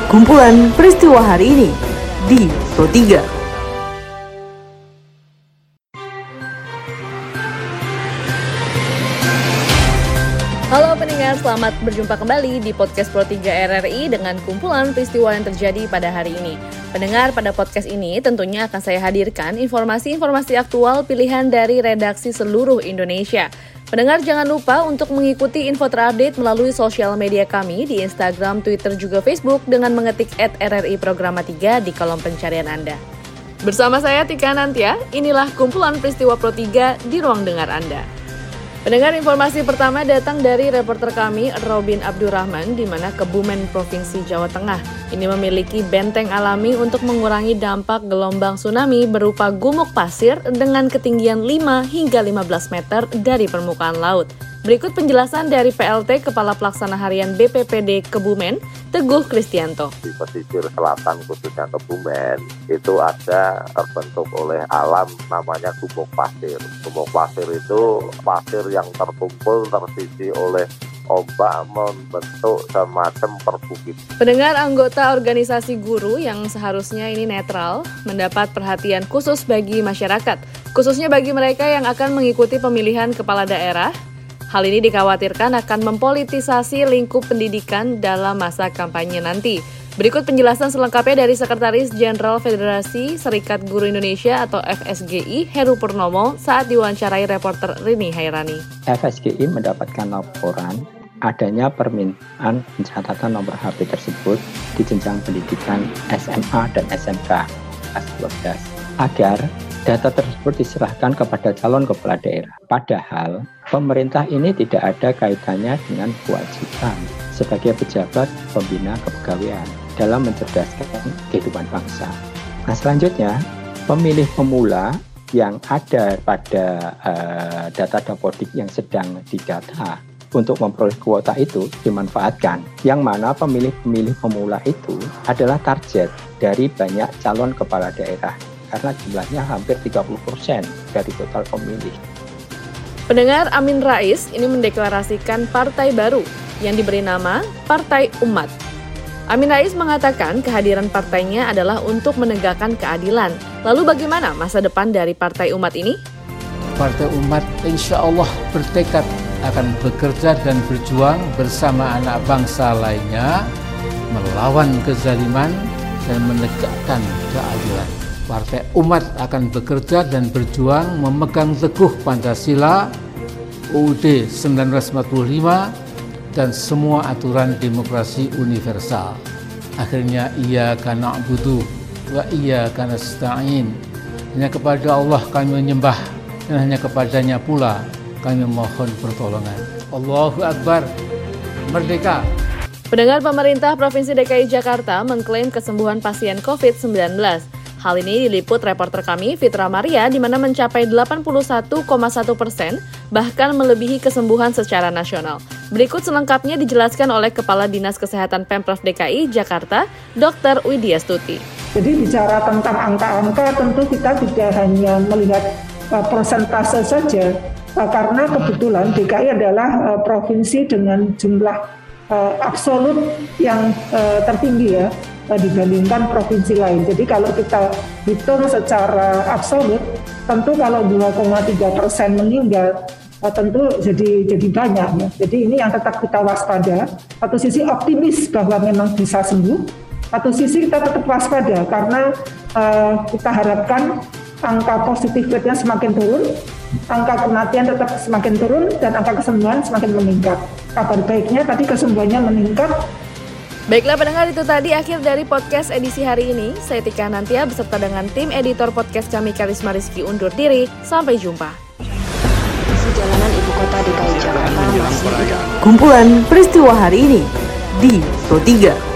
Kumpulan peristiwa hari ini di Pro3. Halo pendengar, selamat berjumpa kembali di podcast Pro3 RRI dengan kumpulan peristiwa yang terjadi pada hari ini. Pendengar, pada podcast ini tentunya akan saya hadirkan informasi-informasi aktual pilihan dari redaksi seluruh Indonesia. Pendengar jangan lupa untuk mengikuti info terupdate melalui sosial media kami di Instagram, Twitter, juga Facebook dengan mengetik @RRI Programa 3 di kolom pencarian Anda. Bersama saya Tika Nantia, inilah kumpulan peristiwa Pro3 di ruang dengar Anda. Pendengar, informasi pertama datang dari reporter kami Robin Abdurrahman di mana Kebumen Provinsi Jawa Tengah ini memiliki benteng alami untuk mengurangi dampak gelombang tsunami berupa gumuk pasir dengan ketinggian 5 hingga 15 meter dari permukaan laut. Berikut penjelasan dari PLT Kepala Pelaksana Harian BPPD Kebumen, Teguh Kristianto. Di pesisir selatan khususnya Kebumen itu ada terbentuk oleh alam namanya gumuk pasir. Gumuk pasir itu pasir yang terkumpul tersisi oleh ombak membentuk semacam perbukitan. Pendengar, anggota organisasi guru yang seharusnya ini netral mendapat perhatian khusus bagi masyarakat, khususnya bagi mereka yang akan mengikuti pemilihan kepala daerah. Hal ini dikhawatirkan akan mempolitisasi lingkup pendidikan dalam masa kampanye nanti. Berikut penjelasan selengkapnya dari Sekretaris Jenderal Federasi Serikat Guru Indonesia atau FSGI, Heru Purnomo, saat diwawancarai reporter Rini Hairani. FSGI mendapatkan laporan adanya permintaan pencatatan nomor HP tersebut di jenjang pendidikan SMA dan SMK kelas 12 agar data tersebut diserahkan kepada calon kepala daerah. Padahal pemerintah ini tidak ada kaitannya dengan kewajiban sebagai pejabat pembina kepegawaian dalam mencerdaskan kehidupan bangsa. Nah, selanjutnya pemilih pemula yang ada pada data Dapodik yang sedang didata untuk memperoleh kuota itu dimanfaatkan, yang mana pemilih-pemilih pemula itu adalah target dari banyak calon kepala daerah karena jumlahnya hampir 30% dari total pemilih. Pendengar, Amin Rais ini mendeklarasikan partai baru yang diberi nama Partai Umat. Amin Rais mengatakan kehadiran partainya adalah untuk menegakkan keadilan. Lalu bagaimana masa depan dari Partai Umat ini? Partai Umat insya Allah bertekad akan bekerja dan berjuang bersama anak bangsa lainnya melawan kezaliman dan menegakkan keadilan. Partai Umat akan bekerja dan berjuang memegang teguh Pancasila, UUD 1945, dan semua aturan demokrasi universal. Akhirnya iyyaka na'budu wa iyyaka nasta'in. Hanya kepada Allah kami menyembah dan hanya kepadanya pula kami mohon pertolongan. Allahu Akbar, merdeka. Pendengar, pemerintah Provinsi DKI Jakarta mengklaim kesembuhan pasien COVID-19. Hal ini diliput reporter kami Fitra Maria di mana mencapai 81,1%, bahkan melebihi kesembuhan secara nasional. Berikut selengkapnya dijelaskan oleh Kepala Dinas Kesehatan Pemprov DKI Jakarta, Dr. Widya Stuti. Jadi bicara tentang angka-angka tentu kita tidak hanya melihat persentase saja, karena kebetulan DKI adalah provinsi dengan jumlah absolut yang tertinggi ya dibandingkan provinsi lain. Jadi kalau kita hitung secara absolut, tentu kalau 2,3% meninggal tentu jadi banyak ya. Jadi ini yang tetap kita waspada. Satu sisi optimis bahwa memang bisa sembuh, satu sisi kita tetap waspada karena kita harapkan angka positif rate-nya semakin turun, angka kematian tetap semakin turun, dan angka kesembuhan semakin meningkat. Kabar baiknya tadi kesembuhannya meningkat. Baiklah pendengar, itu tadi akhir dari podcast edisi hari ini. Saya Tika Nantia beserta dengan tim editor podcast kami Karisma Rizky undur diri. Sampai jumpa. Jalanan Ibu Kota DKI Jakarta masih Kumpulan peristiwa hari ini di Pro3.